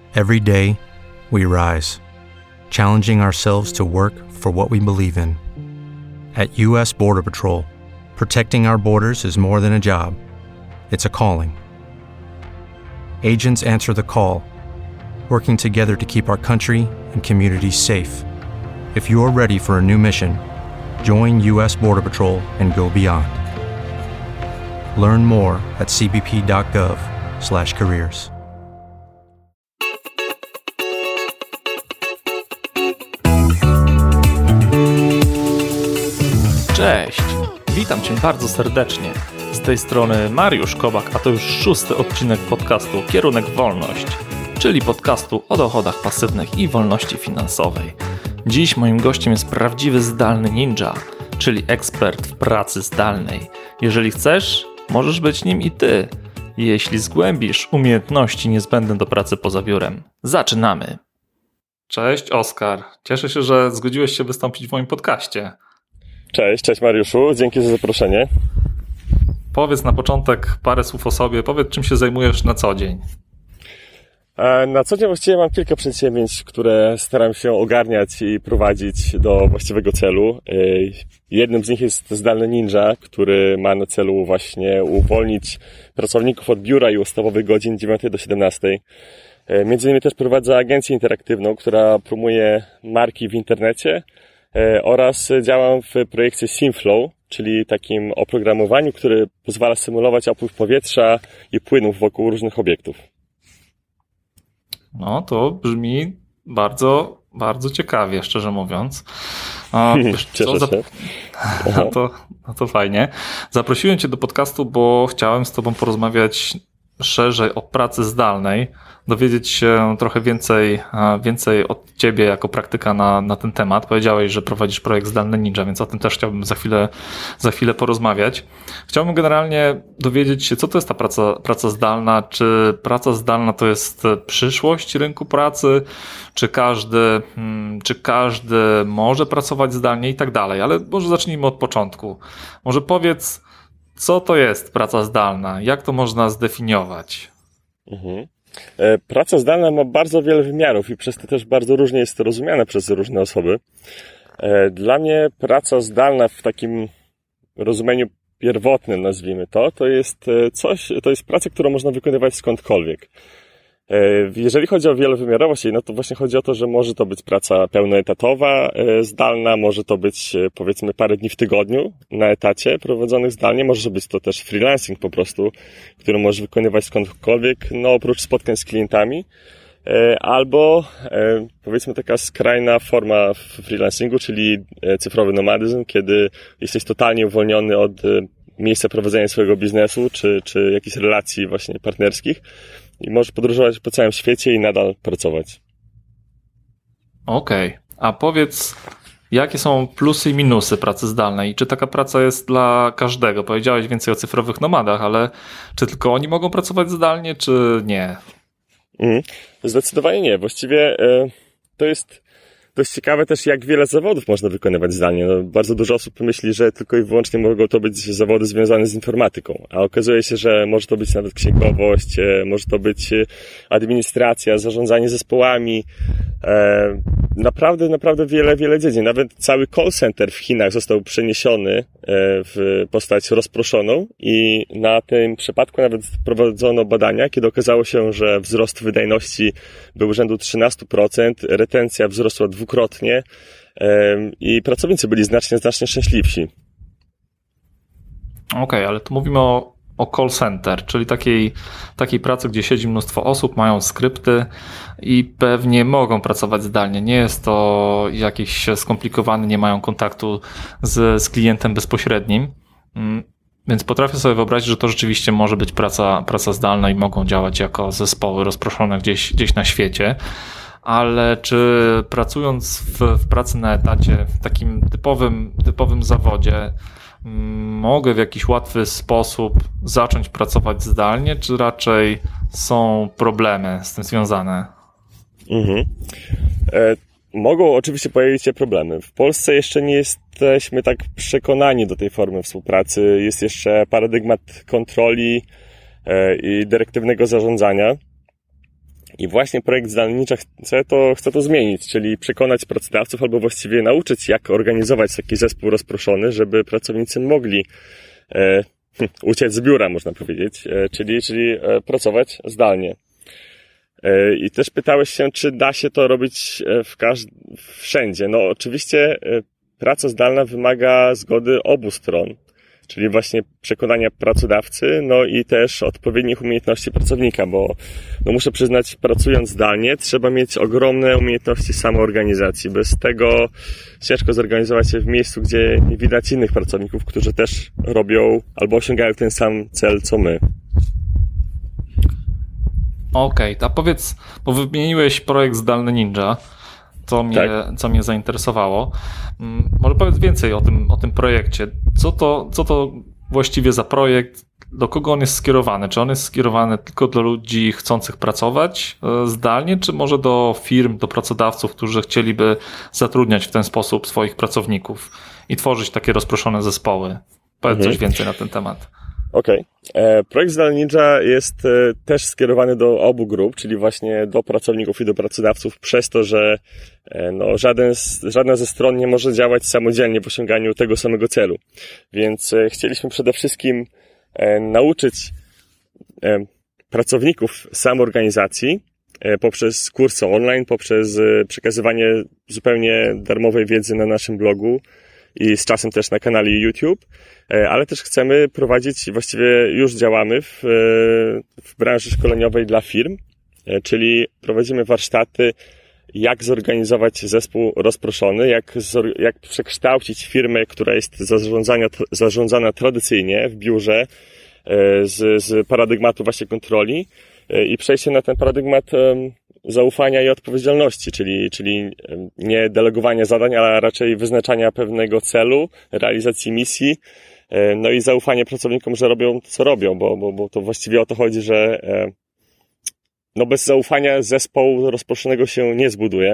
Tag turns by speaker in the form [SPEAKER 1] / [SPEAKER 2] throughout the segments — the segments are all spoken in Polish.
[SPEAKER 1] Every day, we rise, challenging ourselves to work for what we believe in. At U.S. Border Patrol, protecting our borders is more than a job. It's a calling. Agents answer the call, working together to keep our country and communities safe. If you're ready for a new mission, join U.S. Border Patrol and go beyond. Learn more at cbp.gov/careers.
[SPEAKER 2] Cześć! Witam Cię bardzo serdecznie. Z tej strony Mariusz Kobak, a to już 6. odcinek podcastu Kierunek Wolność, czyli podcastu o dochodach pasywnych i wolności finansowej. Dziś moim gościem jest prawdziwy zdalny ninja, czyli ekspert w pracy zdalnej. Jeżeli chcesz, możesz być nim i Ty, jeśli zgłębisz umiejętności niezbędne do pracy poza biurem. Zaczynamy! Cześć Oskar, cieszę się, że zgodziłeś się wystąpić w moim podcaście.
[SPEAKER 3] Cześć Mariuszu, dzięki za zaproszenie.
[SPEAKER 2] Powiedz na początek parę słów o sobie, powiedz czym się zajmujesz na co dzień.
[SPEAKER 3] Na co dzień właściwie mam kilka przedsięwzięć, które staram się ogarniać i prowadzić do właściwego celu. Jednym z nich jest Zdalny Ninja, który ma na celu właśnie uwolnić pracowników od biura i ustawowych godzin 9 do 17. Między innymi też prowadzę agencję interaktywną, która promuje marki w internecie oraz działam w projekcie Simflow, czyli takim oprogramowaniu, które pozwala symulować opływ powietrza i płynów wokół różnych obiektów.
[SPEAKER 2] No to brzmi bardzo, bardzo ciekawie, szczerze mówiąc.
[SPEAKER 3] Cieszę się.
[SPEAKER 2] No to fajnie. Zaprosiłem Cię do podcastu, bo chciałem z Tobą porozmawiać szerzej o pracy zdalnej, dowiedzieć się trochę więcej od Ciebie jako praktyka na ten temat. Powiedziałeś, że prowadzisz projekt Zdalny Ninja, więc o tym też chciałbym za chwilę porozmawiać. Chciałbym generalnie dowiedzieć się, co to jest ta praca zdalna, czy praca zdalna to jest przyszłość rynku pracy, czy każdy może pracować zdalnie i tak dalej, ale może zacznijmy od początku. Może powiedz, co to jest praca zdalna? Jak to można zdefiniować?
[SPEAKER 3] Praca zdalna ma bardzo wiele wymiarów i przez to też bardzo różnie jest to rozumiane przez różne osoby. Dla mnie praca zdalna w takim rozumieniu pierwotnym, nazwijmy to jest praca, którą można wykonywać skądkolwiek. Jeżeli chodzi o wielowymiarowość, no to właśnie chodzi o to, że może to być praca pełnoetatowa, zdalna, może to być powiedzmy parę dni w tygodniu na etacie prowadzonych zdalnie, może być to też freelancing po prostu, który możesz wykonywać skądkolwiek, no oprócz spotkań z klientami, albo powiedzmy taka skrajna forma freelancingu, czyli cyfrowy nomadyzm, kiedy jesteś totalnie uwolniony od miejsca prowadzenia swojego biznesu, czy jakichś relacji właśnie partnerskich, i możesz podróżować po całym świecie i nadal pracować.
[SPEAKER 2] Okej. A powiedz, jakie są plusy i minusy pracy zdalnej? Czy taka praca jest dla każdego? Powiedziałeś więcej o cyfrowych nomadach, ale czy tylko oni mogą pracować zdalnie, czy nie?
[SPEAKER 3] Zdecydowanie nie. Właściwie to jest dość ciekawe też, jak wiele zawodów można wykonywać zdalnie. No, bardzo dużo osób myśli, że tylko i wyłącznie mogą to być zawody związane z informatyką, a okazuje się, że może to być nawet księgowość, może to być administracja, zarządzanie zespołami, naprawdę wiele dziedzin. Nawet cały call center w Chinach został przeniesiony w postać rozproszoną i na tym przypadku nawet prowadzono badania, kiedy okazało się, że wzrost wydajności był rzędu 13%, retencja wzrosła dwukrotnie i pracownicy byli znacznie szczęśliwsi.
[SPEAKER 2] Okej, ale tu mówimy o call center, czyli takiej pracy, gdzie siedzi mnóstwo osób, mają skrypty i pewnie mogą pracować zdalnie. Nie jest to jakiś skomplikowane, nie mają kontaktu z klientem bezpośrednim, więc potrafię sobie wyobrazić, że to rzeczywiście może być praca zdalna i mogą działać jako zespoły rozproszone gdzieś na świecie. Ale czy pracując w pracy na etacie, w takim typowym zawodzie, mogę w jakiś łatwy sposób zacząć pracować zdalnie, czy raczej są problemy z tym związane?
[SPEAKER 3] Mogą oczywiście pojawić się problemy. W Polsce jeszcze nie jesteśmy tak przekonani do tej formy współpracy. Jest jeszcze paradygmat kontroli i dyrektywnego zarządzania. I właśnie projekt Zdalny Ninja chce to zmienić, czyli przekonać pracodawców albo właściwie nauczyć, jak organizować taki zespół rozproszony, żeby pracownicy mogli uciec z biura, można powiedzieć, czyli pracować zdalnie. I też pytałeś się, czy da się to robić wszędzie. No oczywiście praca zdalna wymaga zgody obu stron, czyli właśnie przekonania pracodawcy, no i też odpowiednich umiejętności pracownika, bo no muszę przyznać, pracując zdalnie trzeba mieć ogromne umiejętności samoorganizacji. Bez tego ciężko zorganizować się w miejscu, gdzie nie widać innych pracowników, którzy też robią albo osiągają ten sam cel, co my.
[SPEAKER 2] Okej, a powiedz, bo wymieniłeś projekt Zdalny Ninja, co mnie zainteresowało. Może powiedz więcej o tym projekcie. Co to właściwie za projekt? Do kogo on jest skierowany? Czy on jest skierowany tylko do ludzi chcących pracować zdalnie, czy może do firm, do pracodawców, którzy chcieliby zatrudniać w ten sposób swoich pracowników i tworzyć takie rozproszone zespoły? Powiedz coś więcej na ten temat.
[SPEAKER 3] Okej. Projekt Zdalny Ninja jest też skierowany do obu grup, czyli właśnie do pracowników i do pracodawców, przez to, że no, żadna ze stron nie może działać samodzielnie w osiąganiu tego samego celu. Więc chcieliśmy przede wszystkim nauczyć pracowników samoorganizacji poprzez kursy online, poprzez przekazywanie zupełnie darmowej wiedzy na naszym blogu i z czasem też na kanale YouTube, ale też chcemy prowadzić, właściwie już działamy w branży szkoleniowej dla firm, czyli prowadzimy warsztaty, jak zorganizować zespół rozproszony, jak przekształcić firmę, która jest zarządzana tradycyjnie w biurze z paradygmatu właśnie kontroli i przejście na ten paradygmat zaufania i odpowiedzialności, czyli nie delegowania zadań, ale raczej wyznaczania pewnego celu, realizacji misji, no i zaufanie pracownikom, że robią co robią, bo to właściwie o to chodzi, że no bez zaufania zespołu rozproszonego się nie zbuduje,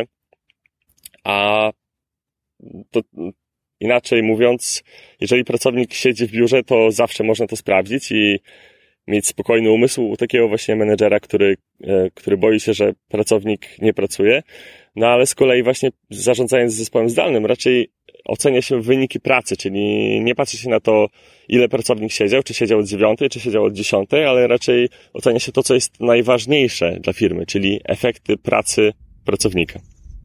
[SPEAKER 3] a to inaczej mówiąc, jeżeli pracownik siedzi w biurze, to zawsze można to sprawdzić i mieć spokojny umysł u takiego właśnie menedżera, który boi się, że pracownik nie pracuje. No ale z kolei właśnie zarządzając zespołem zdalnym raczej ocenia się wyniki pracy, czyli nie patrzy się na to, ile pracownik siedział, czy siedział od 9, czy siedział od 10, ale raczej ocenia się to, co jest najważniejsze dla firmy, czyli efekty pracy pracownika.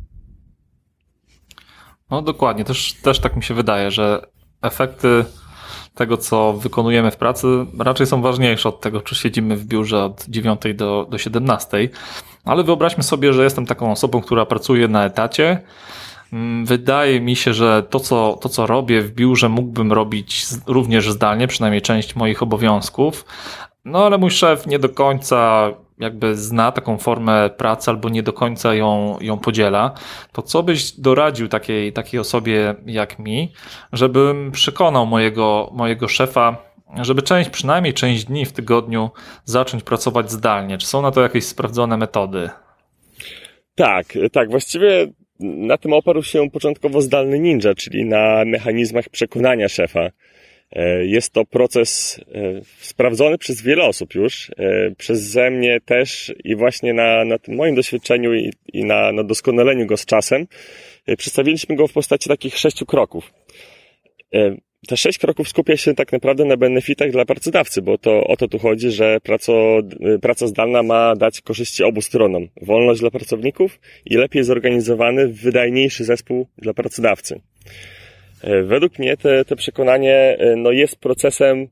[SPEAKER 2] No dokładnie, też tak mi się wydaje, że efekty tego, co wykonujemy w pracy, raczej są ważniejsze od tego, czy siedzimy w biurze od 9 do 17. Ale wyobraźmy sobie, że jestem taką osobą, która pracuje na etacie. Wydaje mi się, że to, co robię w biurze, mógłbym robić również zdalnie, przynajmniej część moich obowiązków. No ale mój szef nie do końca jakby zna taką formę pracy albo nie do końca ją podziela. To co byś doradził takiej osobie jak mi, żebym przekonał mojego szefa, żeby przynajmniej część dni w tygodniu zacząć pracować zdalnie? Czy są na to jakieś sprawdzone metody?
[SPEAKER 3] Tak. Właściwie na tym oparł się początkowo Zdalny Ninja, czyli na mechanizmach przekonania szefa. Jest to proces sprawdzony przez wiele osób już, przeze mnie też i właśnie na tym moim doświadczeniu i na doskonaleniu go z czasem przedstawiliśmy go w postaci takich 6 kroków. Te 6 kroków skupia się tak naprawdę na benefitach dla pracodawcy, bo to o to tu chodzi, że praca zdalna ma dać korzyści obu stronom. Wolność dla pracowników i lepiej zorganizowany, wydajniejszy zespół dla pracodawcy. Według mnie te przekonanie no, jest procesem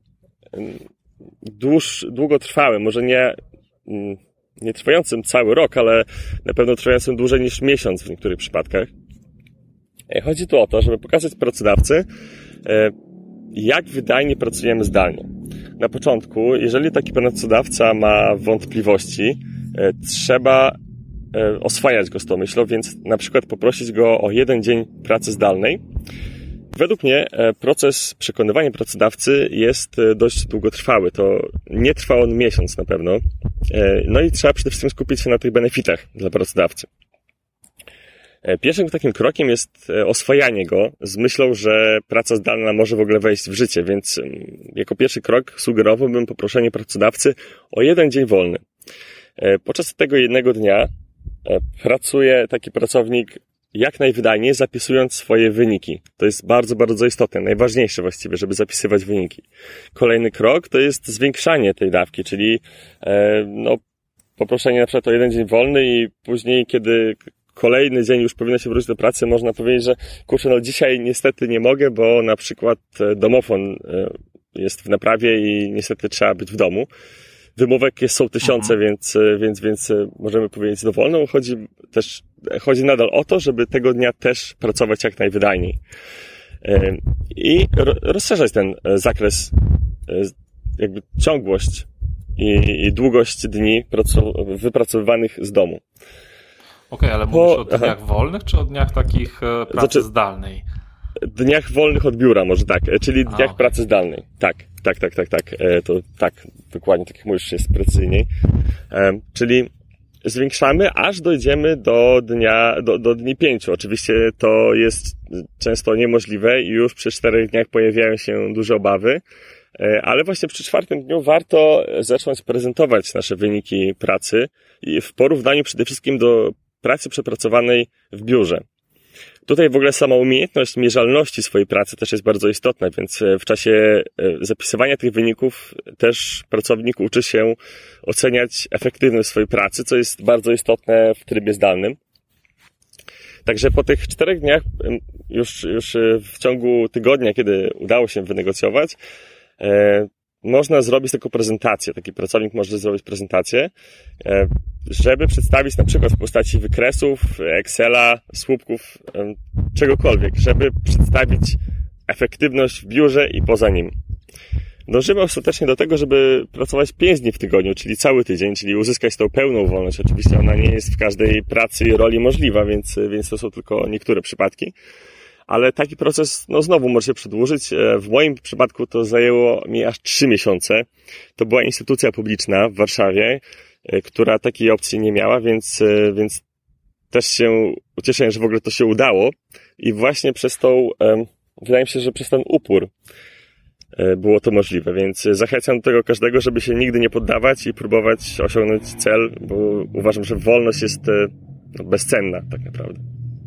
[SPEAKER 3] długotrwałym, może nie trwającym cały rok, ale na pewno trwającym dłużej niż miesiąc w niektórych przypadkach. Chodzi tu o to, żeby pokazać pracodawcy, jak wydajnie pracujemy zdalnie. Na początku, jeżeli taki pracodawca ma wątpliwości, trzeba oswajać go z tą myślą, więc na przykład poprosić go o 1 dzień pracy zdalnej. Według mnie proces przekonywania pracodawcy jest dość długotrwały. To nie trwa on miesiąc na pewno. No i trzeba przede wszystkim skupić się na tych benefitach dla pracodawcy. Pierwszym takim krokiem jest oswajanie go z myślą, że praca zdalna może w ogóle wejść w życie, więc jako pierwszy krok sugerowałbym poproszenie pracodawcy o 1 dzień wolny. Podczas tego jednego dnia pracuje taki pracownik jak najwydajniej, zapisując swoje wyniki. To jest bardzo, bardzo istotne, najważniejsze właściwie, żeby zapisywać wyniki. Kolejny krok to jest zwiększanie tej dawki, czyli poproszenie na przykład o jeden dzień wolny i później, kiedy kolejny dzień już powinno się wrócić do pracy, można powiedzieć, że kurczę, dzisiaj niestety nie mogę, bo na przykład domofon jest w naprawie i niestety trzeba być w domu. Wymówek są tysiące, więc możemy powiedzieć dowolną. Chodzi nadal o to, żeby tego dnia też pracować jak najwydajniej. I rozszerzać ten zakres, jakby ciągłość i długość dni wypracowywanych z domu.
[SPEAKER 2] Okej, ale mówisz o dniach wolnych, czy o dniach takich pracy zdalnej?
[SPEAKER 3] Dniach wolnych od biura, może tak, czyli dniach pracy zdalnej. Tak. To tak, dokładnie, tak jak mówisz, jest precyzyjniej. Czyli zwiększamy, aż dojdziemy do dni 5. Oczywiście to jest często niemożliwe i już przy 4 dniach pojawiają się duże obawy, ale właśnie przy 4 dniu warto zacząć prezentować nasze wyniki pracy i w porównaniu przede wszystkim do pracy przepracowanej w biurze. Tutaj w ogóle sama umiejętność mierzalności swojej pracy też jest bardzo istotna, więc w czasie zapisywania tych wyników też pracownik uczy się oceniać efektywność swojej pracy, co jest bardzo istotne w trybie zdalnym. Także po tych 4 dniach, już w ciągu tygodnia, kiedy udało się wynegocjować, można zrobić taką prezentację. Taki pracownik może zrobić prezentację, żeby przedstawić na przykład w postaci wykresów, Excela, słupków, czegokolwiek, żeby przedstawić efektywność w biurze i poza nim. Dążymy ostatecznie do tego, żeby pracować 5 dni w tygodniu, czyli cały tydzień, czyli uzyskać tą pełną wolność. Oczywiście ona nie jest w każdej pracy i roli możliwa, więc to są tylko niektóre przypadki. Ale taki proces, znowu może się przedłużyć. W moim przypadku to zajęło mi aż 3 miesiące. To była instytucja publiczna w Warszawie, która takiej opcji nie miała, więc też się ucieszyłem, że w ogóle to się udało. I właśnie wydaje mi się, że przez ten upór było to możliwe, więc zachęcam do tego każdego, żeby się nigdy nie poddawać i próbować osiągnąć cel, bo uważam, że wolność jest bezcenna tak naprawdę.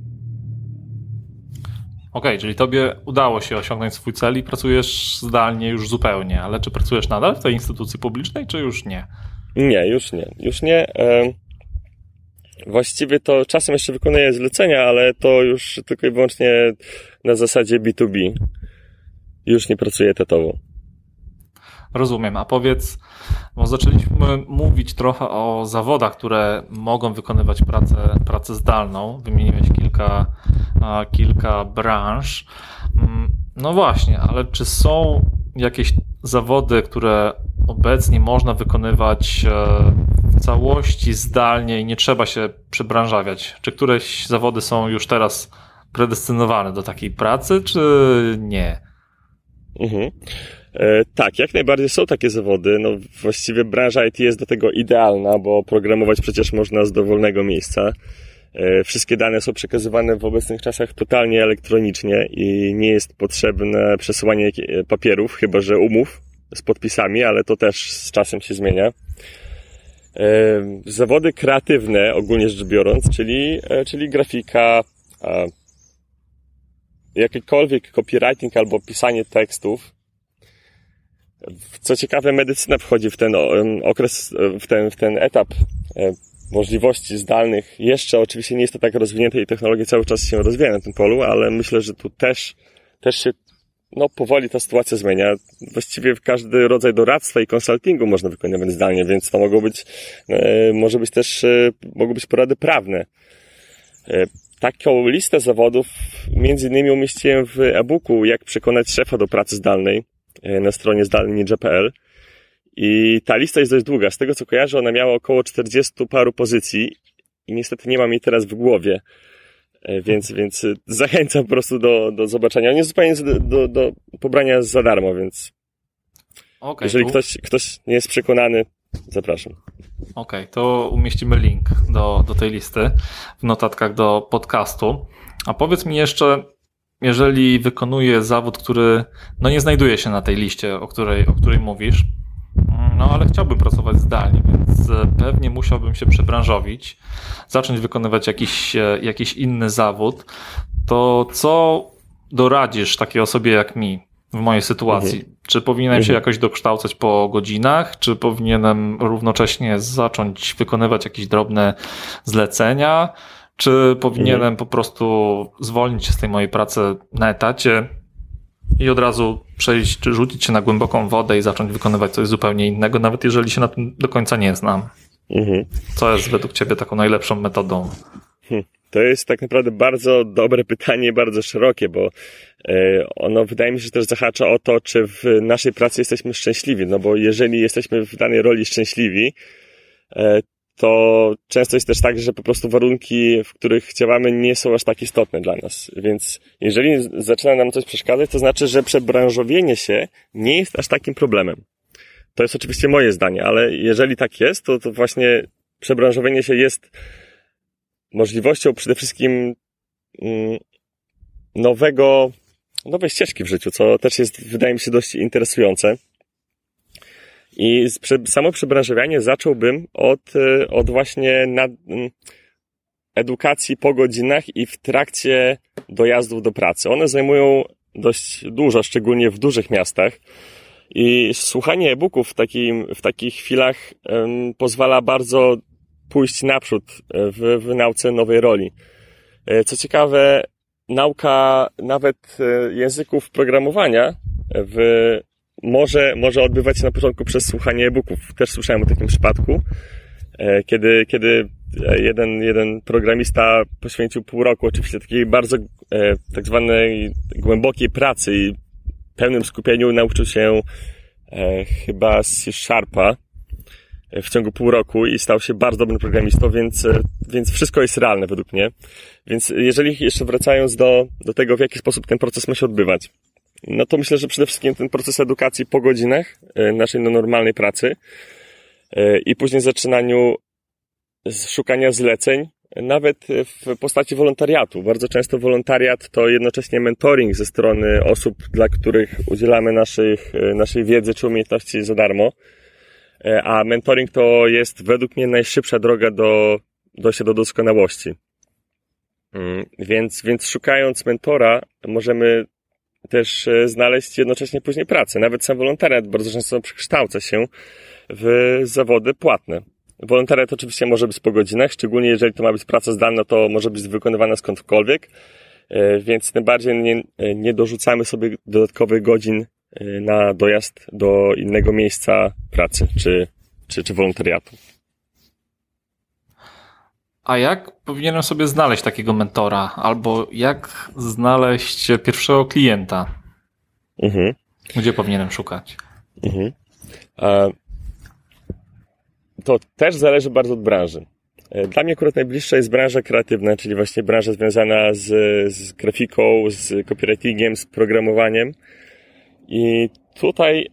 [SPEAKER 2] Okej, czyli tobie udało się osiągnąć swój cel i pracujesz zdalnie już zupełnie, ale czy pracujesz nadal w tej instytucji publicznej, czy już nie?
[SPEAKER 3] Nie, już nie. Właściwie to czasem jeszcze wykonuję zlecenia, ale to już tylko i wyłącznie na zasadzie B2B. Już nie pracuję etatowo.
[SPEAKER 2] Rozumiem, a powiedz, bo zaczęliśmy mówić trochę o zawodach, które mogą wykonywać pracę zdalną. Wymieniłeś kilka branż. No właśnie, ale czy są jakieś zawody, które obecnie można wykonywać w całości zdalnie i nie trzeba się przebranżawiać? Czy któreś zawody są już teraz predestynowane do takiej pracy, czy nie?
[SPEAKER 3] Tak, jak najbardziej są takie zawody. Właściwie branża IT jest do tego idealna, bo programować przecież można z dowolnego miejsca. Wszystkie dane są przekazywane w obecnych czasach totalnie elektronicznie i nie jest potrzebne przesyłanie papierów, chyba że umów z podpisami, ale to też z czasem się zmienia. Zawody kreatywne, ogólnie rzecz biorąc, czyli grafika, jakikolwiek copywriting albo pisanie tekstów. Co ciekawe, medycyna wchodzi w ten okres, w ten etap możliwości zdalnych. Jeszcze oczywiście nie jest to tak rozwinięte i technologie cały czas się rozwijają na tym polu, ale myślę, że tu też się powoli ta sytuacja zmienia. Właściwie każdy rodzaj doradztwa i konsultingu można wykonywać zdalnie, więc to mogą być porady prawne. Taką listę zawodów między innymi umieściłem w e-booku Jak przekonać szefa do pracy zdalnej na stronie zdalny.pl i ta lista jest dość długa. Z tego co kojarzę, ona miała około 40 paru pozycji i niestety nie mam jej teraz w głowie, więc zachęcam po prostu do zobaczenia. On jest zupełnie do pobrania za darmo, więc jeżeli ktoś nie jest przekonany, zapraszam.
[SPEAKER 2] Okej, to umieścimy link do tej listy w notatkach do podcastu. A powiedz mi jeszcze, jeżeli wykonuję zawód, który nie znajduje się na tej liście, o której mówisz, no ale chciałbym pracować zdalnie, więc pewnie musiałbym się przebranżowić, zacząć wykonywać jakiś inny zawód. To co doradzisz takiej osobie jak mi w mojej sytuacji? Czy powinienem się jakoś dokształcać po godzinach? Czy powinienem równocześnie zacząć wykonywać jakieś drobne zlecenia? Czy powinienem po prostu zwolnić się z tej mojej pracy na etacie i od razu przejść, czy rzucić się na głęboką wodę i zacząć wykonywać coś zupełnie innego, nawet jeżeli się na tym do końca nie znam? Co jest według Ciebie taką najlepszą metodą?
[SPEAKER 3] To jest tak naprawdę bardzo dobre pytanie, bardzo szerokie, bo ono wydaje mi się, że też zahacza o to, czy w naszej pracy jesteśmy szczęśliwi, no bo jeżeli jesteśmy w danej roli szczęśliwi, to często jest też tak, że po prostu warunki, w których działamy, nie są aż tak istotne dla nas. Więc jeżeli zaczyna nam coś przeszkadzać, to znaczy, że przebranżowienie się nie jest aż takim problemem. To jest oczywiście moje zdanie, ale jeżeli tak jest, to właśnie przebranżowienie się jest możliwością przede wszystkim nowej ścieżki w życiu, co też jest, wydaje mi się, dość interesujące. I samo przebranżowianie zacząłbym od właśnie edukacji po godzinach i w trakcie dojazdów do pracy. One zajmują dość dużo, szczególnie w dużych miastach. I słuchanie e-booków w takich chwilach pozwala bardzo pójść naprzód w nauce nowej roli. Co ciekawe, nauka nawet języków programowania może odbywać się na początku przez słuchanie e-booków. Też słyszałem o takim przypadku, kiedy jeden programista poświęcił pół roku oczywiście takiej bardzo tak zwanej głębokiej pracy i pełnym skupieniu nauczył się chyba C#, w ciągu pół roku i stał się bardzo dobrym programistą, więc wszystko jest realne według mnie. Więc jeżeli jeszcze wracając do tego, w jaki sposób ten proces ma się odbywać, no to myślę, że przede wszystkim ten proces edukacji po godzinach naszej normalnej pracy i później zaczynaniu szukania zleceń, nawet w postaci wolontariatu. Bardzo często wolontariat to jednocześnie mentoring ze strony osób, dla których udzielamy naszej wiedzy czy umiejętności za darmo. A mentoring to jest według mnie najszybsza droga do dojścia do doskonałości. Więc szukając mentora możemy też znaleźć jednocześnie później pracę. Nawet sam wolontariat bardzo często przekształca się w zawody płatne. Wolontariat oczywiście może być po godzinach, szczególnie jeżeli to ma być praca zdalna, to może być wykonywana skądkolwiek, więc tym bardziej nie dorzucamy sobie dodatkowych godzin na dojazd do innego miejsca pracy czy wolontariatu.
[SPEAKER 2] A jak powinienem sobie znaleźć takiego mentora? Albo jak znaleźć pierwszego klienta? Gdzie powinienem szukać?
[SPEAKER 3] To też zależy bardzo od branży. Dla mnie akurat najbliższa jest branża kreatywna, czyli właśnie branża związana z grafiką, z copywritingiem, z programowaniem. I tutaj,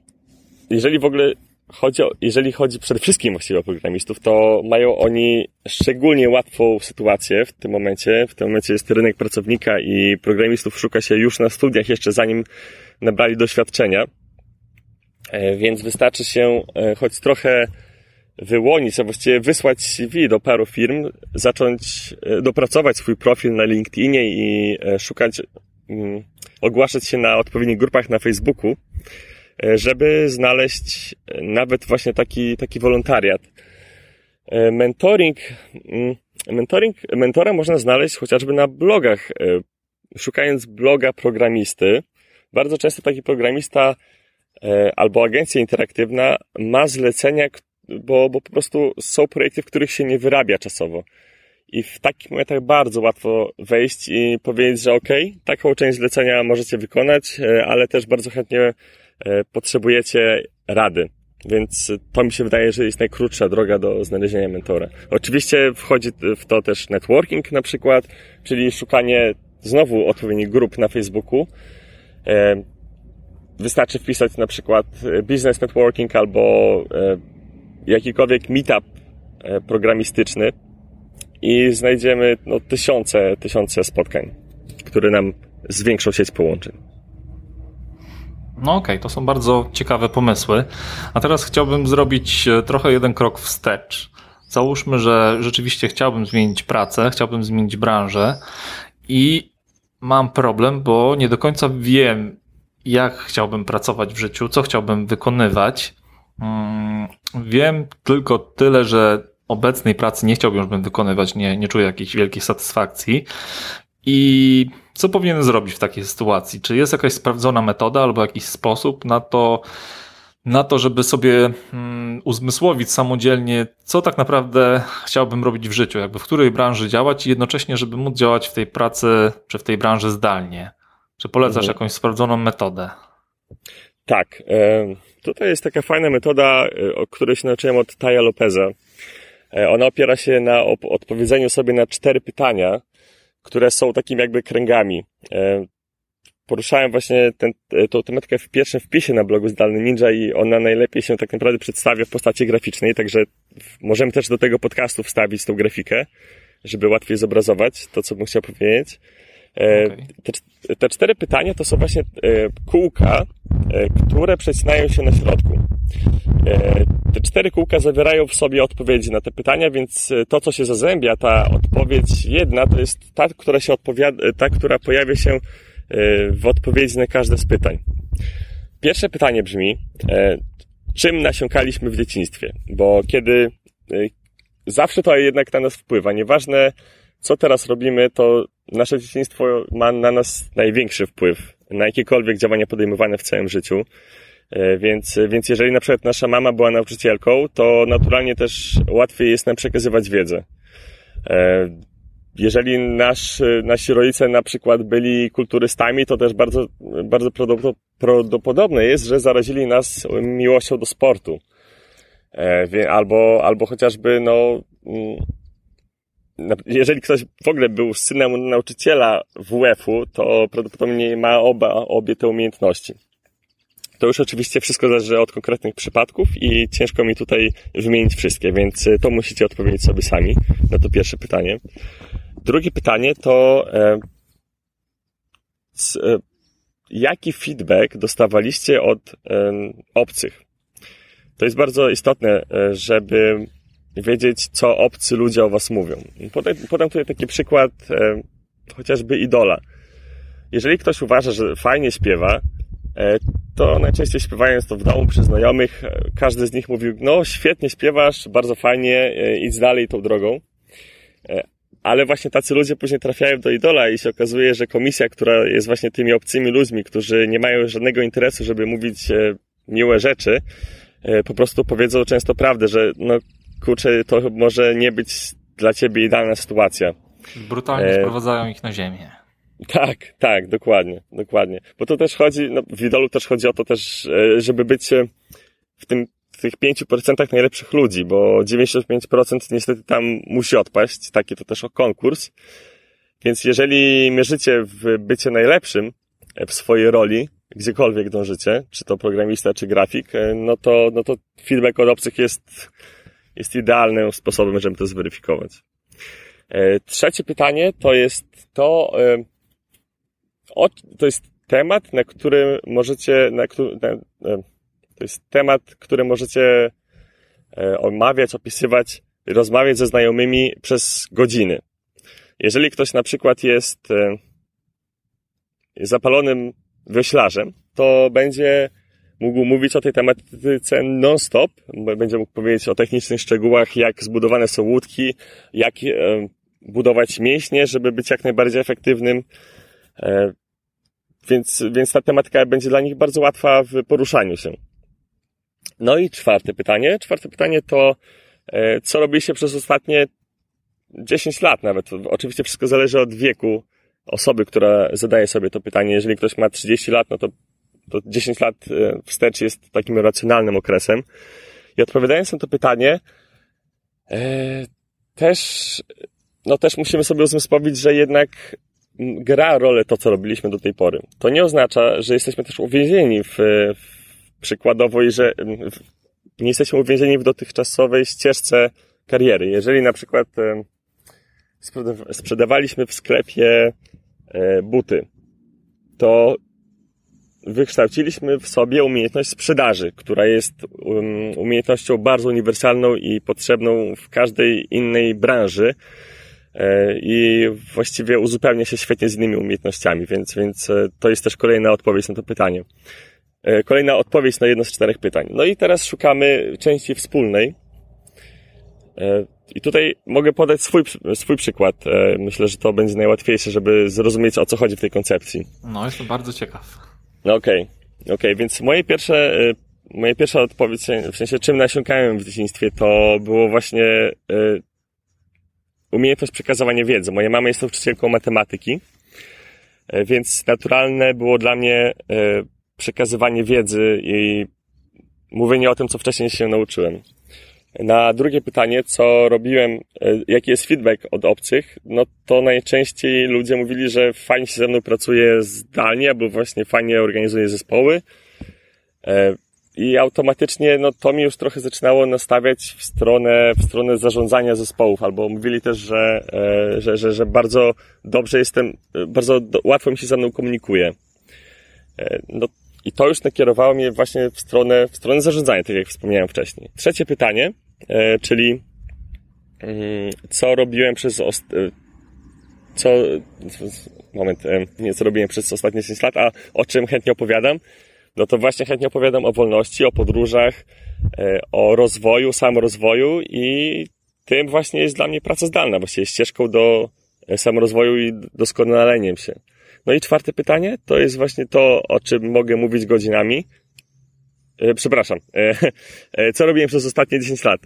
[SPEAKER 3] jeżeli chodzi przede wszystkim właściwie o programistów, to mają oni szczególnie łatwą sytuację w tym momencie. W tym momencie jest rynek pracownika i programistów szuka się już na studiach, jeszcze zanim nabrali doświadczenia. Więc wystarczy się choć trochę wyłonić, a właściwie wysłać CV do paru firm, zacząć dopracować swój profil na LinkedInie i ogłaszać się na odpowiednich grupach na Facebooku, żeby znaleźć nawet właśnie taki wolontariat. Mentora można znaleźć chociażby na blogach. Szukając bloga programisty, bardzo często taki programista albo agencja interaktywna ma zlecenia, bo po prostu są projekty, w których się nie wyrabia czasowo. I w takich momentach bardzo łatwo wejść i powiedzieć, że taką część zlecenia możecie wykonać, ale też bardzo chętnie potrzebujecie rady. Więc to mi się wydaje, że jest najkrótsza droga do znalezienia mentora. Oczywiście wchodzi w to też networking na przykład, czyli szukanie znowu odpowiednich grup na Facebooku. Wystarczy wpisać na przykład business networking albo jakikolwiek meetup programistyczny i znajdziemy tysiące spotkań, które nam zwiększą sieć połączeń.
[SPEAKER 2] No okej, to są bardzo ciekawe pomysły. A teraz chciałbym zrobić trochę jeden krok wstecz. Załóżmy, że rzeczywiście chciałbym zmienić pracę, chciałbym zmienić branżę i mam problem, bo nie do końca wiem, jak chciałbym pracować w życiu, co chciałbym wykonywać. Wiem tylko tyle, że obecnej pracy nie chciałbym już wykonywać, nie czuję jakiejś wielkiej satysfakcji. I co powinienem zrobić w takiej sytuacji? Czy jest jakaś sprawdzona metoda albo jakiś sposób na to, żeby sobie uzmysłowić samodzielnie, co tak naprawdę chciałbym robić w życiu, jakby w której branży działać i jednocześnie, żeby móc działać w tej pracy czy w tej branży zdalnie? Czy polecasz jakąś sprawdzoną metodę?
[SPEAKER 3] Tak. Tutaj jest taka fajna metoda, o której się nauczyłem od Taya Lopeza. Ona opiera się na odpowiedzeniu sobie na 4 pytania, które są takimi jakby kręgami. Poruszałem właśnie tą tematykę w pierwszym wpisie na blogu Zdalny Ninja i ona najlepiej się tak naprawdę przedstawia w postaci graficznej, także możemy też do tego podcastu wstawić tą grafikę, żeby łatwiej zobrazować to, co bym chciał powiedzieć. Okay. Te 4 pytania to są właśnie kółka, które przecinają się na środku. Te 4 kółka zawierają w sobie odpowiedzi na te pytania, więc to, co się zazębia, ta odpowiedź jedna, to jest ta, która pojawia się w odpowiedzi na każde z pytań. Pierwsze pytanie brzmi, czym nasiąkaliśmy w dzieciństwie? Bo kiedy zawsze to jednak na nas wpływa. Nieważne, co teraz robimy, to nasze dzieciństwo ma na nas największy wpływ na jakiekolwiek działania podejmowane w całym życiu. Więc jeżeli na przykład nasza mama była nauczycielką, to naturalnie też łatwiej jest nam przekazywać wiedzę. Jeżeli nasi rodzice na przykład byli kulturystami, to też bardzo, bardzo prawdopodobne jest, że zarazili nas miłością do sportu. Albo chociażby, jeżeli ktoś w ogóle był synem nauczyciela WF-u, to prawdopodobnie ma obie te umiejętności. To już oczywiście wszystko zależy od konkretnych przypadków i ciężko mi tutaj wymienić wszystkie, więc to musicie odpowiedzieć sobie sami na to pierwsze pytanie. Drugie pytanie to jaki feedback dostawaliście od obcych? To jest bardzo istotne, żeby wiedzieć, co obcy ludzie o was mówią. Podam tutaj taki przykład chociażby idola. Jeżeli ktoś uważa, że fajnie śpiewa, to najczęściej śpiewając to w domu przy znajomych, każdy z nich mówił, świetnie śpiewasz, bardzo fajnie, idź dalej tą drogą. Ale właśnie tacy ludzie później trafiają do idola i się okazuje, że komisja, która jest właśnie tymi obcymi ludźmi, którzy nie mają żadnego interesu, żeby mówić miłe rzeczy, po prostu powiedzą często prawdę, że kurczę, to może nie być dla ciebie idealna sytuacja.
[SPEAKER 2] Brutalnie sprowadzają ich na ziemię.
[SPEAKER 3] Tak, dokładnie. Bo to też chodzi, w idolu też chodzi o to też, żeby być w tych 5% najlepszych ludzi, bo 95% niestety tam musi odpaść, taki to też konkurs. Więc jeżeli mierzycie w bycie najlepszym w swojej roli, gdziekolwiek dążycie, czy to programista, czy grafik, no to feedback od obcych jest idealnym sposobem, żeby to zweryfikować. Trzecie pytanie to jest to jest temat, który możecie omawiać, opisywać, rozmawiać ze znajomymi przez godziny. Jeżeli ktoś na przykład jest zapalonym wioślarzem, to będzie mógł mówić o tej tematyce non-stop, będzie mógł powiedzieć o technicznych szczegółach, jak zbudowane są łódki, jak budować mięśnie, żeby być jak najbardziej efektywnym. Więc ta tematyka będzie dla nich bardzo łatwa w poruszaniu się. No i czwarte pytanie to co robiliście przez ostatnie 10 lat nawet. Oczywiście wszystko zależy od wieku osoby, która zadaje sobie to pytanie. Jeżeli ktoś ma 30 lat, no to 10 lat wstecz jest takim racjonalnym okresem. I odpowiadając na to pytanie, też musimy sobie uzmysłowić, że jednak gra rolę to, co robiliśmy do tej pory. To nie oznacza, że jesteśmy też uwięzieni przykładowo i że nie jesteśmy uwięzieni w dotychczasowej ścieżce kariery. Jeżeli na przykład sprzedawaliśmy w sklepie buty, to wykształciliśmy w sobie umiejętność sprzedaży, która jest umiejętnością bardzo uniwersalną i potrzebną w każdej innej branży i właściwie uzupełnia się świetnie z innymi umiejętnościami, więc to jest też kolejna odpowiedź na to pytanie. Kolejna odpowiedź na jedno z 4 pytań. No i teraz szukamy części wspólnej. I tutaj mogę podać swój przykład. Myślę, że to będzie najłatwiejsze, żeby zrozumieć, o co chodzi w tej koncepcji.
[SPEAKER 2] No, jestem bardzo ciekaw.
[SPEAKER 3] No okej, więc moja pierwsza odpowiedź, w sensie czym nasiąkałem w dzieciństwie, to było właśnie umiejętność przekazywania wiedzy. Moja mama jest nauczycielką matematyki, więc naturalne było dla mnie przekazywanie wiedzy i mówienie o tym, co wcześniej się nauczyłem. Na drugie pytanie, co robiłem, jaki jest feedback od obcych, no to najczęściej ludzie mówili, że fajnie się ze mną pracuje zdalnie, albo właśnie fajnie organizuje zespoły. I automatycznie, no to mi już trochę zaczynało nastawiać w stronę zarządzania zespołów, albo mówili też, że bardzo dobrze jestem, łatwo mi się ze mną komunikuje. No i to już nakierowało mnie właśnie w stronę zarządzania, tak jak wspomniałem wcześniej. Trzecie pytanie, czyli co robiłem przez co robiłem przez ostatnie 10 lat, a o czym chętnie opowiadam? No to właśnie chętnie opowiadam o wolności, o podróżach, o rozwoju, samorozwoju i tym właśnie jest dla mnie praca zdalna, właściwie ścieżką do samorozwoju i doskonaleniem się. No i 4 pytanie, to jest właśnie to, o czym mogę mówić godzinami. Co robiłem przez ostatnie 10 lat?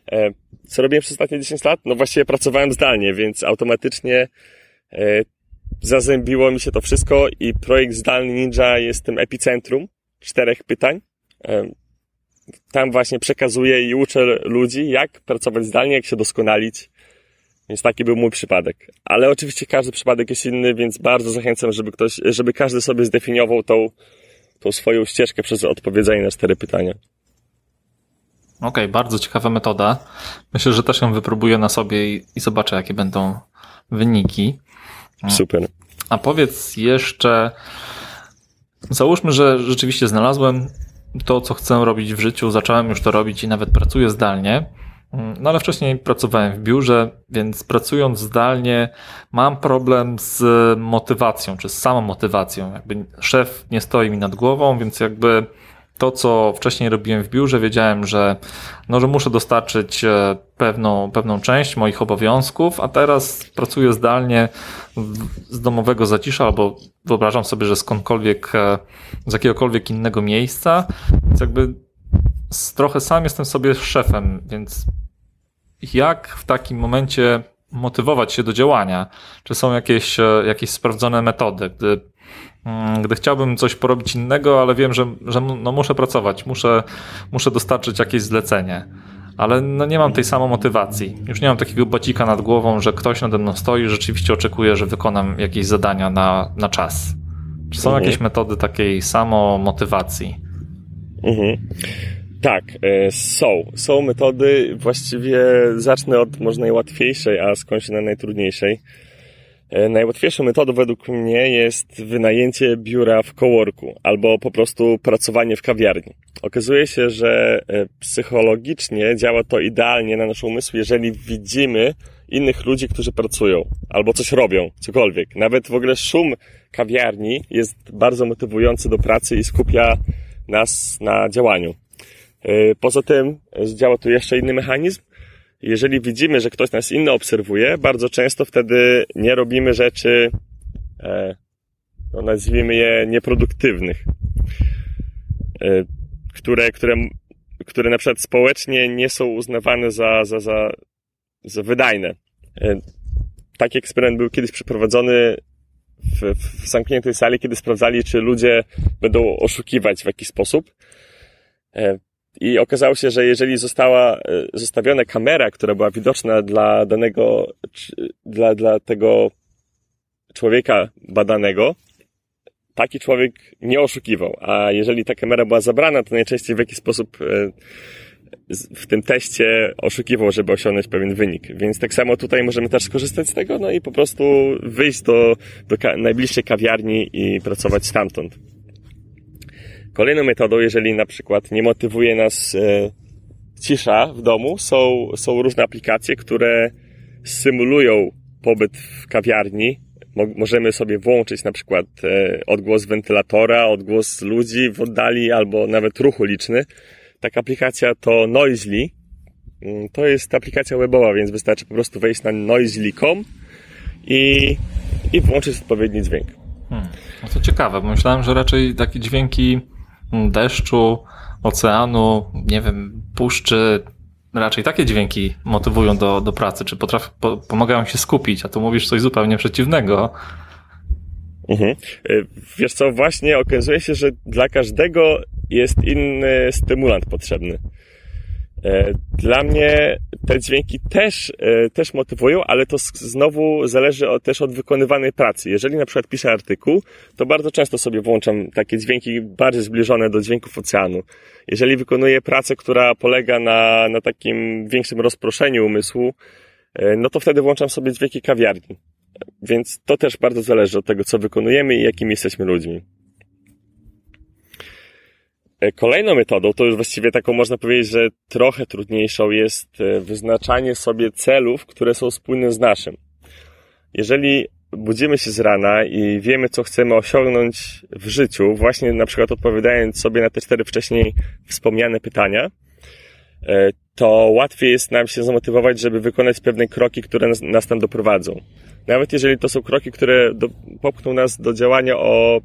[SPEAKER 3] No właściwie pracowałem zdalnie, więc automatycznie zazębiło mi się to wszystko i projekt Zdalny Ninja jest tym epicentrum 4 pytań. Tam właśnie przekazuję i uczę ludzi, jak pracować zdalnie, jak się doskonalić. Więc taki był mój przypadek. Ale oczywiście każdy przypadek jest inny, więc bardzo zachęcam, żeby każdy sobie zdefiniował tą swoją ścieżkę przez odpowiedzenie na 4 pytania.
[SPEAKER 2] Okej, bardzo ciekawa metoda. Myślę, że też ją wypróbuję na sobie i zobaczę, jakie będą wyniki.
[SPEAKER 3] Super.
[SPEAKER 2] A powiedz jeszcze, załóżmy, że rzeczywiście znalazłem to, co chcę robić w życiu, zacząłem już to robić i nawet pracuję zdalnie, no ale wcześniej pracowałem w biurze, więc pracując zdalnie mam problem z motywacją, czy z samą motywacją. Jakby szef nie stoi mi nad głową, więc jakby to, co wcześniej robiłem w biurze, wiedziałem, że muszę dostarczyć pewną część moich obowiązków, a teraz pracuję zdalnie z domowego zacisza, albo wyobrażam sobie, że z jakiegokolwiek innego miejsca, więc jakby trochę sam jestem sobie szefem, więc jak w takim momencie motywować się do działania? Czy są jakieś sprawdzone metody? Gdy chciałbym coś porobić innego, ale wiem, że muszę pracować, muszę dostarczyć jakieś zlecenie, ale nie mam tej samej motywacji. Już nie mam takiego bacika nad głową, że ktoś nade mną stoi i rzeczywiście oczekuje, że wykonam jakieś zadania na czas. Czy są jakieś metody takiej samomotywacji?
[SPEAKER 3] Tak, są metody. Właściwie zacznę od może najłatwiejszej, a skończę na najtrudniejszej. Najłatwiejszą metodą według mnie jest wynajęcie biura w coworku albo po prostu pracowanie w kawiarni. Okazuje się, że psychologicznie działa to idealnie na nasz umysł, jeżeli widzimy innych ludzi, którzy pracują albo coś robią, cokolwiek. Nawet w ogóle szum kawiarni jest bardzo motywujący do pracy i skupia nas na działaniu. Poza tym działa tu jeszcze inny mechanizm. Jeżeli widzimy, że ktoś nas inny obserwuje, bardzo często wtedy nie robimy rzeczy, nazwijmy je nieproduktywnych, które na przykład społecznie nie są uznawane za wydajne. Taki eksperyment był kiedyś przeprowadzony w zamkniętej sali, kiedy sprawdzali, czy ludzie będą oszukiwać w jakiś sposób. I okazało się, że jeżeli została zostawiona kamera, która była widoczna dla tego człowieka badanego, taki człowiek nie oszukiwał. A jeżeli ta kamera była zabrana, to najczęściej w jakiś sposób w tym teście oszukiwał, żeby osiągnąć pewien wynik. Więc tak samo tutaj możemy też skorzystać z tego, no i po prostu wyjść do najbliższej kawiarni i pracować stamtąd. Kolejną metodą, jeżeli na przykład nie motywuje nas cisza w domu, są różne aplikacje, które symulują pobyt w kawiarni. Możemy sobie włączyć na przykład odgłos wentylatora, odgłos ludzi w oddali albo nawet ruch uliczny. Taka aplikacja to Noisly. To jest aplikacja webowa, więc wystarczy po prostu wejść na noisly.com i włączyć odpowiedni dźwięk.
[SPEAKER 2] No to ciekawe, bo myślałem, że raczej takie dźwięki deszczu, oceanu, nie wiem, puszczy, raczej takie dźwięki motywują do pracy, czy pomagają się skupić, a tu mówisz coś zupełnie przeciwnego.
[SPEAKER 3] Wiesz co, właśnie okazuje się, że dla każdego jest inny stymulant potrzebny. Dla mnie te dźwięki też motywują, ale to znowu zależy też od wykonywanej pracy. Jeżeli na przykład piszę artykuł, to bardzo często sobie włączam takie dźwięki bardziej zbliżone do dźwięków oceanu. Jeżeli wykonuję pracę, która polega na takim większym rozproszeniu umysłu, no to wtedy włączam sobie dźwięki kawiarni. Więc to też bardzo zależy od tego, co wykonujemy i jakimi jesteśmy ludźmi. Kolejną metodą, to już właściwie taką można powiedzieć, że trochę trudniejszą, jest wyznaczanie sobie celów, które są spójne z naszym. Jeżeli budzimy się z rana i wiemy, co chcemy osiągnąć w życiu, właśnie na przykład odpowiadając sobie na te 4 wcześniej wspomniane pytania, to łatwiej jest nam się zamotywować, żeby wykonać pewne kroki, które nas tam doprowadzą. Nawet jeżeli to są kroki, które popchną nas do działania o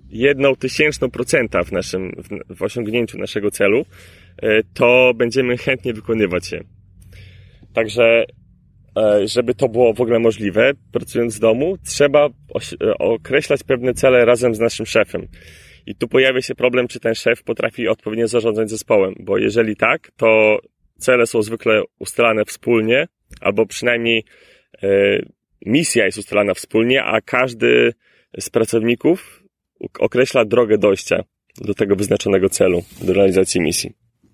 [SPEAKER 3] 0,01% w osiągnięciu naszego celu, to będziemy chętnie wykonywać je. Także, żeby to było w ogóle możliwe, pracując z domu, trzeba określać pewne cele razem z naszym szefem. I tu pojawia się problem, czy ten szef potrafi odpowiednio zarządzać zespołem, bo jeżeli tak, to cele są zwykle ustalane wspólnie, albo przynajmniej misja jest ustalana wspólnie, a każdy z pracowników określa drogę dojścia do tego wyznaczonego celu, do realizacji misji.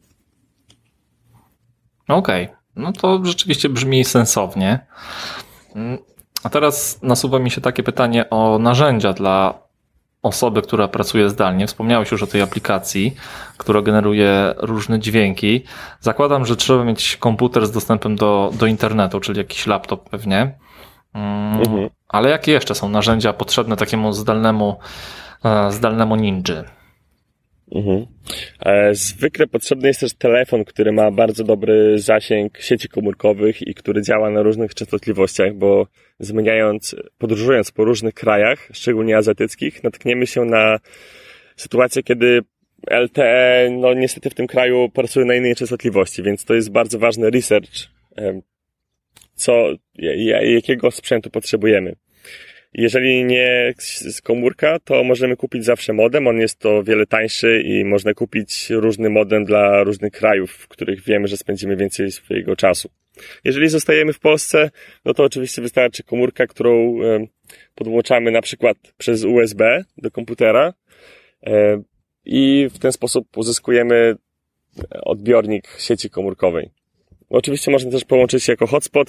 [SPEAKER 2] Okej, no to rzeczywiście brzmi sensownie. A teraz nasuwa mi się takie pytanie o narzędzia dla osoby, która pracuje zdalnie. Wspomniałeś już o tej aplikacji, która generuje różne dźwięki. Zakładam, że trzeba mieć komputer z dostępem do internetu, czyli jakiś laptop pewnie. Ale jakie jeszcze są narzędzia potrzebne takiemu zdalnemu ninży?
[SPEAKER 3] Zwykle potrzebny jest też telefon, który ma bardzo dobry zasięg sieci komórkowych i który działa na różnych częstotliwościach, bo podróżując po różnych krajach, szczególnie azjatyckich, natkniemy się na sytuację, kiedy LTE, no niestety w tym kraju pracuje na innej częstotliwości, więc to jest bardzo ważny research, jakiego sprzętu potrzebujemy. Jeżeli nie z komórka, to możemy kupić zawsze modem. On jest o wiele tańszy i można kupić różny modem dla różnych krajów, w których wiemy, że spędzimy więcej swojego czasu. Jeżeli zostajemy w Polsce, no to oczywiście wystarczy komórka, którą podłączamy na przykład przez USB do komputera i w ten sposób uzyskujemy odbiornik sieci komórkowej. Oczywiście można też połączyć się jako hotspot,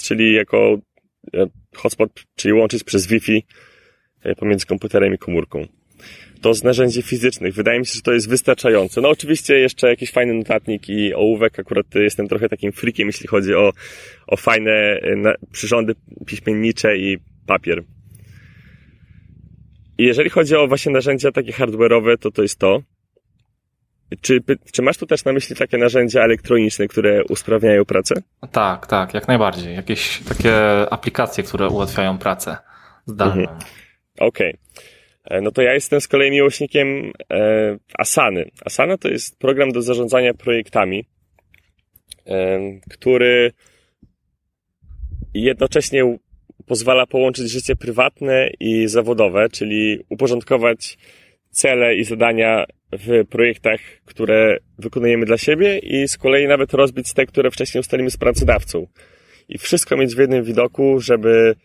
[SPEAKER 3] czyli łączyć przez Wi-Fi pomiędzy komputerem i komórką. To z narzędzi fizycznych. Wydaje mi się, że to jest wystarczające. No oczywiście jeszcze jakiś fajny notatnik i ołówek. Akurat jestem trochę takim freakiem, jeśli chodzi o fajne przyrządy piśmiennicze i papier. I jeżeli chodzi o właśnie narzędzia takie hardware'owe, to jest to. Czy masz tu też na myśli takie narzędzia elektroniczne, które usprawniają pracę?
[SPEAKER 2] Tak, jak najbardziej. Jakieś takie aplikacje, które ułatwiają pracę zdalną.
[SPEAKER 3] Okej. No to ja jestem z kolei miłośnikiem Asany. Asana to jest program do zarządzania projektami, który jednocześnie pozwala połączyć życie prywatne i zawodowe, czyli uporządkować cele i zadania w projektach, które wykonujemy dla siebie i z kolei nawet rozbić te, które wcześniej ustalimy z pracodawcą. I wszystko mieć w jednym widoku, żeby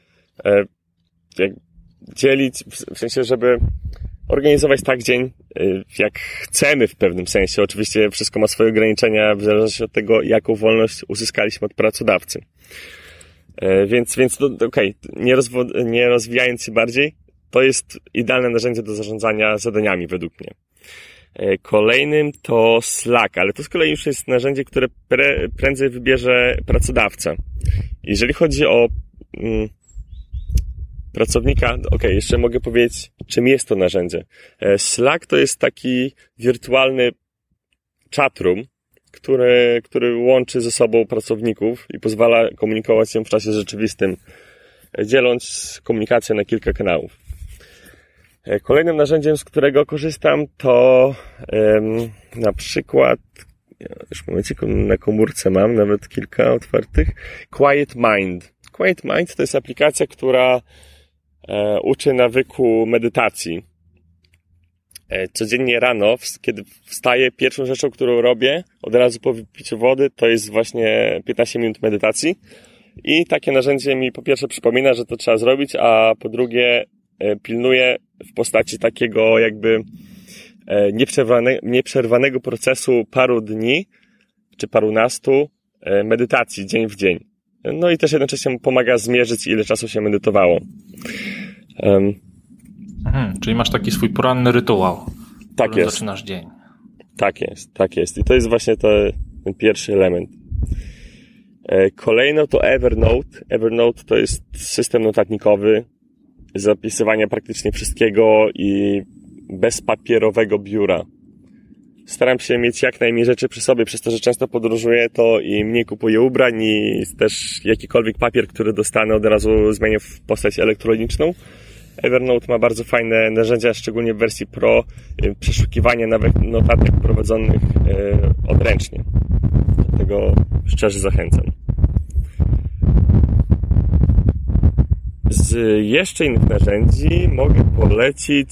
[SPEAKER 3] dzielić, w sensie, żeby organizować tak dzień, jak chcemy w pewnym sensie. Oczywiście wszystko ma swoje ograniczenia w zależności od tego, jaką wolność uzyskaliśmy od pracodawcy. Więc nie rozwijając się bardziej, to jest idealne narzędzie do zarządzania zadaniami według mnie. Kolejnym to Slack, ale to z kolei już jest narzędzie, które prędzej wybierze pracodawca. Jeżeli chodzi o pracownika, jeszcze mogę powiedzieć, czym jest to narzędzie. Slack to jest taki wirtualny chatroom, który łączy ze sobą pracowników i pozwala komunikować się w czasie rzeczywistym, dzieląc komunikację na kilka kanałów. Kolejnym narzędziem, z którego korzystam, to na przykład, już momencie, na komórce mam nawet kilka otwartych, Quiet Mind. Quiet Mind to jest aplikacja, która uczy nawyku medytacji. Codziennie rano, kiedy wstaję, pierwszą rzeczą, którą robię, od razu po wypiciu wody, to jest właśnie 15 minut medytacji. I takie narzędzie mi po pierwsze przypomina, że to trzeba zrobić, a po drugie pilnuje w postaci takiego jakby nieprzerwanego procesu paru dni, czy parunastu medytacji dzień w dzień. No i też jednocześnie pomaga zmierzyć, ile czasu się medytowało.
[SPEAKER 2] Czyli masz taki swój poranny rytuał,
[SPEAKER 3] tak jest.
[SPEAKER 2] Zaczynasz dzień.
[SPEAKER 3] Tak jest. I to jest właśnie ten pierwszy element. Kolejno to Evernote. Evernote to jest system notatnikowy, zapisywania praktycznie wszystkiego i bezpapierowego biura. Staram się mieć jak najmniej rzeczy przy sobie, przez to, że często podróżuję, to i mniej kupuję ubrań i też jakikolwiek papier, który dostanę, od razu zmienię w postać elektroniczną. Evernote ma bardzo fajne narzędzia, szczególnie w wersji Pro, przeszukiwanie nawet notatek prowadzonych odręcznie. Dlatego szczerze zachęcam. Z jeszcze innych narzędzi mogę polecić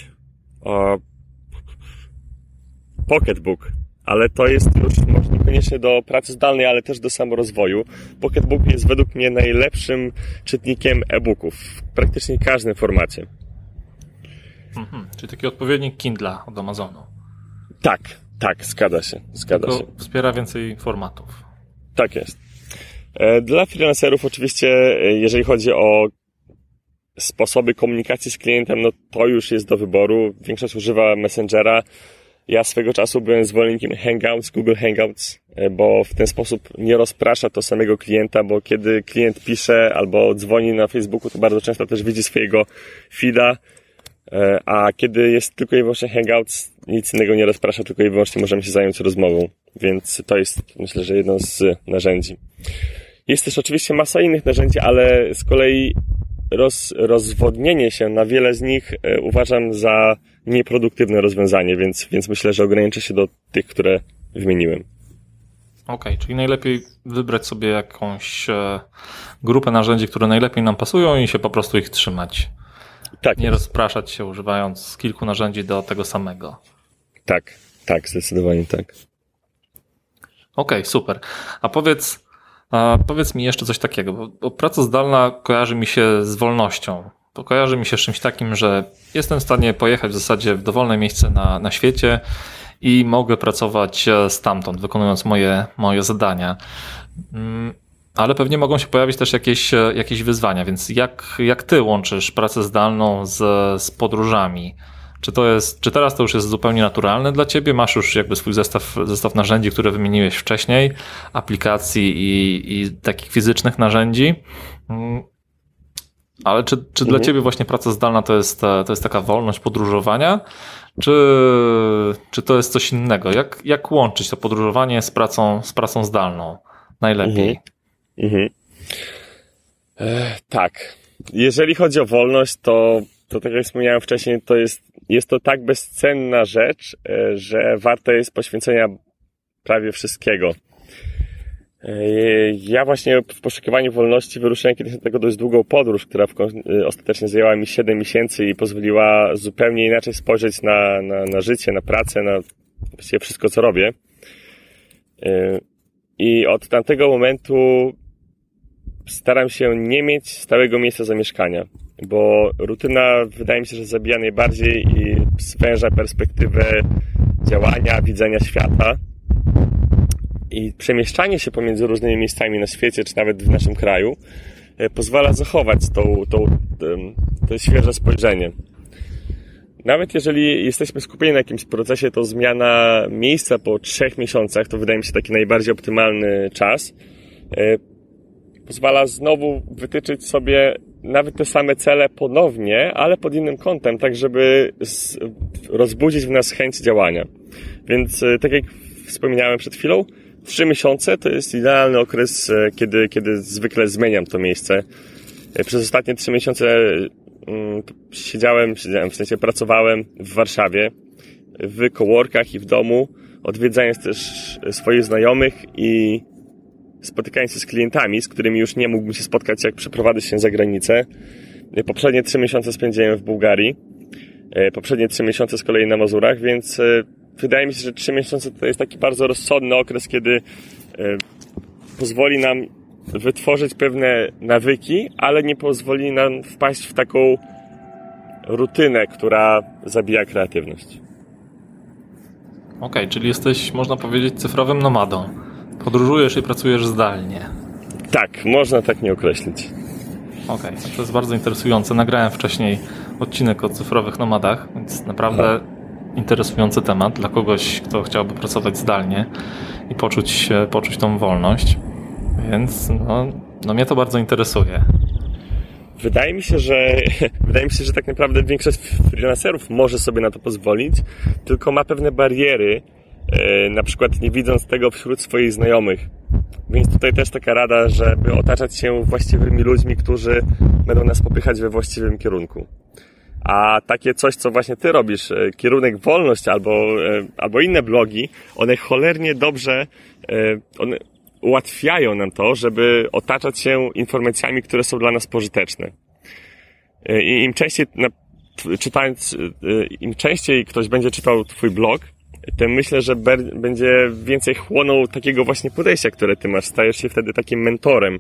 [SPEAKER 3] Pocketbook, ale to jest już może niekoniecznie do pracy zdalnej, ale też do samorozwoju. Pocketbook jest według mnie najlepszym czytnikiem e-booków w praktycznie każdym formacie.
[SPEAKER 2] Czyli taki odpowiednik Kindla od Amazonu.
[SPEAKER 3] Tak, zgadza się.
[SPEAKER 2] Wspiera więcej formatów.
[SPEAKER 3] Tak jest. Dla freelancerów oczywiście, jeżeli chodzi o sposoby komunikacji z klientem, no to już jest do wyboru. Większość używa Messengera. Ja swego czasu byłem zwolennikiem Hangouts, Google Hangouts, bo w ten sposób nie rozprasza to samego klienta, bo kiedy klient pisze albo dzwoni na Facebooku, to bardzo często też widzi swojego feeda, a kiedy jest tylko i wyłącznie Hangouts, nic innego nie rozprasza, tylko i wyłącznie możemy się zająć rozmową, więc to jest, myślę, że jedno z narzędzi. Jest też oczywiście masa innych narzędzi, ale z kolei rozwodnienie się na wiele z nich uważam za nieproduktywne rozwiązanie, więc myślę, że ograniczę się do tych, które wymieniłem.
[SPEAKER 2] Okej, czyli najlepiej wybrać sobie jakąś grupę narzędzi, które najlepiej nam pasują i się po prostu ich trzymać.
[SPEAKER 3] Tak.
[SPEAKER 2] Nie rozpraszać się używając kilku narzędzi do tego samego.
[SPEAKER 3] Tak, zdecydowanie tak.
[SPEAKER 2] Okej, super. A powiedz mi jeszcze coś takiego, bo praca zdalna kojarzy mi się z wolnością. To kojarzy mi się z czymś takim, że jestem w stanie pojechać w zasadzie w dowolne miejsce na świecie i mogę pracować stamtąd, wykonując moje zadania. Ale pewnie mogą się pojawić też jakieś wyzwania, więc jak ty łączysz pracę zdalną z podróżami? Czy teraz to już jest zupełnie naturalne dla ciebie? Masz już jakby swój zestaw narzędzi, które wymieniłeś wcześniej, aplikacji i takich fizycznych narzędzi? Ale czy dla ciebie właśnie praca zdalna to jest taka wolność podróżowania? Czy to jest coś innego? Jak łączyć to podróżowanie z pracą zdalną najlepiej?
[SPEAKER 3] Tak. Jeżeli chodzi o wolność, to tak jak wspomniałem wcześniej, to jest to tak bezcenna rzecz, że warto jest poświęcenia prawie wszystkiego. Ja właśnie w poszukiwaniu wolności wyruszyłem kiedyś na taką dość długą podróż, która ostatecznie zajęła mi 7 miesięcy i pozwoliła zupełnie inaczej spojrzeć na życie, na pracę, na właściwie wszystko, co robię. I od tamtego momentu staram się nie mieć stałego miejsca zamieszkania, bo rutyna wydaje mi się, że zabija najbardziej i zwęża perspektywę działania, widzenia świata. I przemieszczanie się pomiędzy różnymi miejscami na świecie, czy nawet w naszym kraju, pozwala zachować to świeże spojrzenie. nawet jeżeli jesteśmy skupieni na jakimś procesie, to zmiana miejsca po 3 miesiącach, to wydaje mi się taki najbardziej optymalny czas, pozwala znowu wytyczyć sobie nawet te same cele ponownie, ale pod innym kątem, tak żeby rozbudzić w nas chęć działania. Więc tak jak wspomniałem przed chwilą, 3 miesiące to jest idealny okres, kiedy zwykle zmieniam to miejsce. Przez ostatnie 3 miesiące siedziałem, w sensie pracowałem w Warszawie, w coworkach i w domu, odwiedzając też swoich znajomych i spotykając się z klientami, z którymi już nie mógłbym się spotkać, jak przeprowadzę się za granicę. Poprzednie 3 miesiące spędziłem w Bułgarii, poprzednie 3 miesiące z kolei na Mazurach, więc wydaje mi się, że 3 miesiące to jest taki bardzo rozsądny okres, kiedy pozwoli nam wytworzyć pewne nawyki, ale nie pozwoli nam wpaść w taką rutynę, która zabija kreatywność.
[SPEAKER 2] Okej, czyli jesteś, można powiedzieć, cyfrowym nomadą. Podróżujesz i pracujesz zdalnie.
[SPEAKER 3] Tak, można tak mnie określić.
[SPEAKER 2] Okej, to jest bardzo interesujące. Nagrałem wcześniej odcinek o cyfrowych nomadach, więc naprawdę interesujący temat dla kogoś, kto chciałby pracować zdalnie i poczuć tą wolność. Więc no mnie to bardzo interesuje.
[SPEAKER 3] Wydaje mi się, że tak naprawdę większość freelancerów może sobie na to pozwolić, tylko ma pewne bariery, na przykład nie widząc tego wśród swoich znajomych. Więc tutaj też taka rada, żeby otaczać się właściwymi ludźmi, którzy będą nas popychać we właściwym kierunku. A takie coś, co właśnie ty robisz, kierunek wolność albo inne blogi, one cholernie dobrze one ułatwiają nam to, żeby otaczać się informacjami, które są dla nas pożyteczne. I im częściej ktoś będzie czytał twój blog, tym myślę, że będzie więcej chłonął takiego właśnie podejścia, które ty masz. Stajesz się wtedy takim mentorem.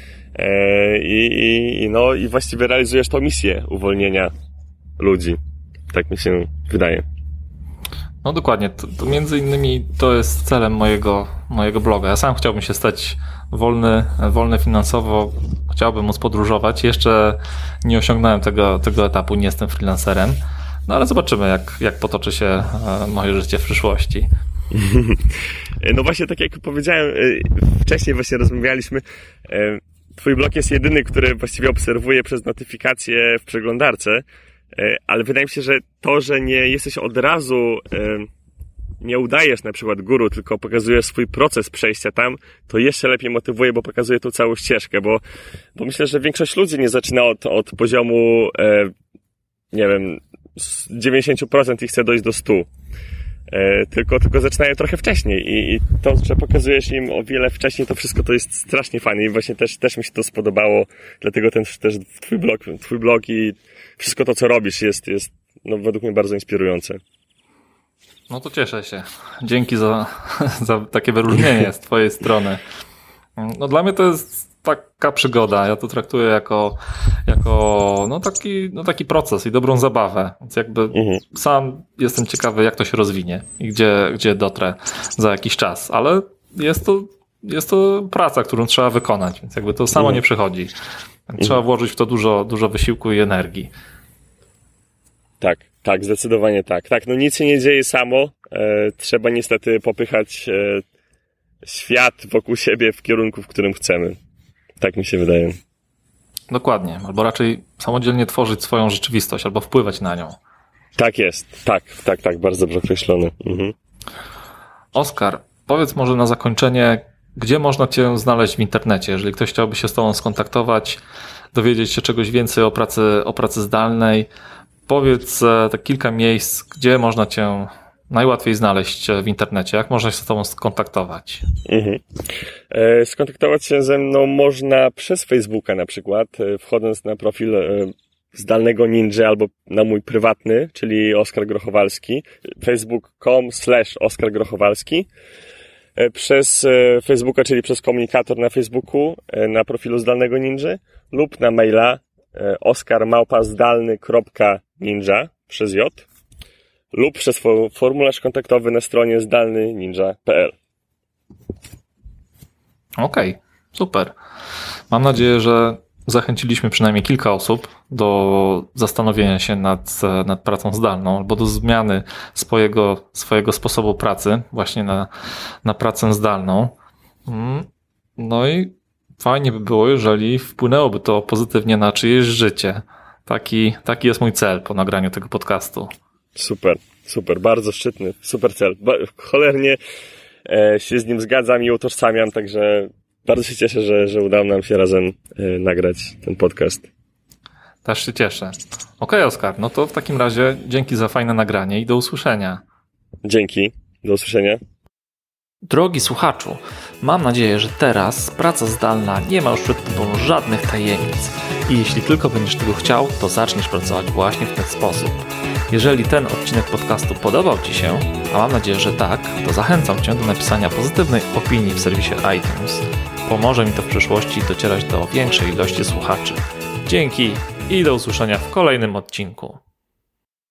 [SPEAKER 3] I właściwie realizujesz tą misję uwolnienia ludzi. Tak mi się wydaje.
[SPEAKER 2] No dokładnie. To między innymi to jest celem mojego bloga. Ja sam chciałbym się stać wolny finansowo. Chciałbym móc podróżować. Jeszcze nie osiągnąłem tego etapu. Nie jestem freelancerem. No ale zobaczymy, jak potoczy się moje życie w przyszłości.
[SPEAKER 3] No właśnie, tak jak powiedziałem, wcześniej właśnie rozmawialiśmy, twój blog jest jedyny, który właściwie obserwuję przez notyfikacje w przeglądarce, ale wydaje mi się, że to, że nie jesteś od razu, nie udajesz na przykład guru, tylko pokazujesz swój proces przejścia tam, to jeszcze lepiej motywuje, bo pokazuje tą całą ścieżkę, bo myślę, że większość ludzi nie zaczyna od poziomu, nie wiem, 90% i chce dojść do 100%. Tylko zaczynają trochę wcześniej i to, że pokazujesz im o wiele wcześniej, to wszystko to jest strasznie fajne i właśnie też mi się to spodobało, dlatego też twój blog i wszystko to, co robisz jest no, według mnie bardzo inspirujące.
[SPEAKER 2] No to cieszę się. Dzięki za takie wyróżnienie z twojej strony. No dla mnie to jest taka przygoda. Ja to traktuję jako taki proces i dobrą zabawę. Więc jakby sam jestem ciekawy, jak to się rozwinie i gdzie dotrę za jakiś czas. Ale jest to praca, którą trzeba wykonać, więc jakby to samo nie przychodzi. Trzeba włożyć w to dużo wysiłku i energii.
[SPEAKER 3] Tak, zdecydowanie tak. Tak, no nic się nie dzieje samo. Trzeba niestety popychać świat wokół siebie w kierunku, w którym chcemy. Tak mi się wydaje.
[SPEAKER 2] Dokładnie. Albo raczej samodzielnie tworzyć swoją rzeczywistość, albo wpływać na nią.
[SPEAKER 3] Tak jest. Tak. Bardzo dobrze określone.
[SPEAKER 2] Oskar, powiedz może na zakończenie, gdzie można cię znaleźć w internecie? Jeżeli ktoś chciałby się z tobą skontaktować, dowiedzieć się czegoś więcej o pracy zdalnej, powiedz tak kilka miejsc, gdzie można cię najłatwiej znaleźć w internecie. Jak można się z tobą skontaktować?
[SPEAKER 3] Skontaktować się ze mną można przez Facebooka na przykład, wchodząc na profil Zdalnego Ninja albo na mój prywatny, czyli Oskar Grochowalski, facebook.com/Oskar Grochowalski, przez Facebooka, czyli przez komunikator na Facebooku, na profilu Zdalnego Ninja lub na maila oskarmałpazdalny.ninja przez J lub przez formularz kontaktowy na stronie zdalnyninja.pl.
[SPEAKER 2] Okej, super. Mam nadzieję, że zachęciliśmy przynajmniej kilka osób do zastanowienia się nad pracą zdalną albo do zmiany swojego sposobu pracy właśnie na pracę zdalną. No i fajnie by było, jeżeli wpłynęłoby to pozytywnie na czyjeś życie. Taki jest mój cel po nagraniu tego podcastu.
[SPEAKER 3] Super, bardzo szczytny, super cel. Cholernie się z nim zgadzam i utożsamiam, także bardzo się cieszę, że udało nam się razem nagrać ten podcast.
[SPEAKER 2] Też się cieszę. Okej, Oskar, no to w takim razie dzięki za fajne nagranie i do usłyszenia.
[SPEAKER 3] Dzięki, do usłyszenia.
[SPEAKER 2] Drogi słuchaczu, mam nadzieję, że teraz praca zdalna nie ma już przed tobą żadnych tajemnic i jeśli tylko będziesz tego chciał, to zaczniesz pracować właśnie w ten sposób. Jeżeli ten odcinek podcastu podobał Ci się, a mam nadzieję, że tak, to zachęcam Cię do napisania pozytywnej opinii w serwisie iTunes. Pomoże mi to w przyszłości docierać do większej ilości słuchaczy. Dzięki i do usłyszenia w kolejnym odcinku.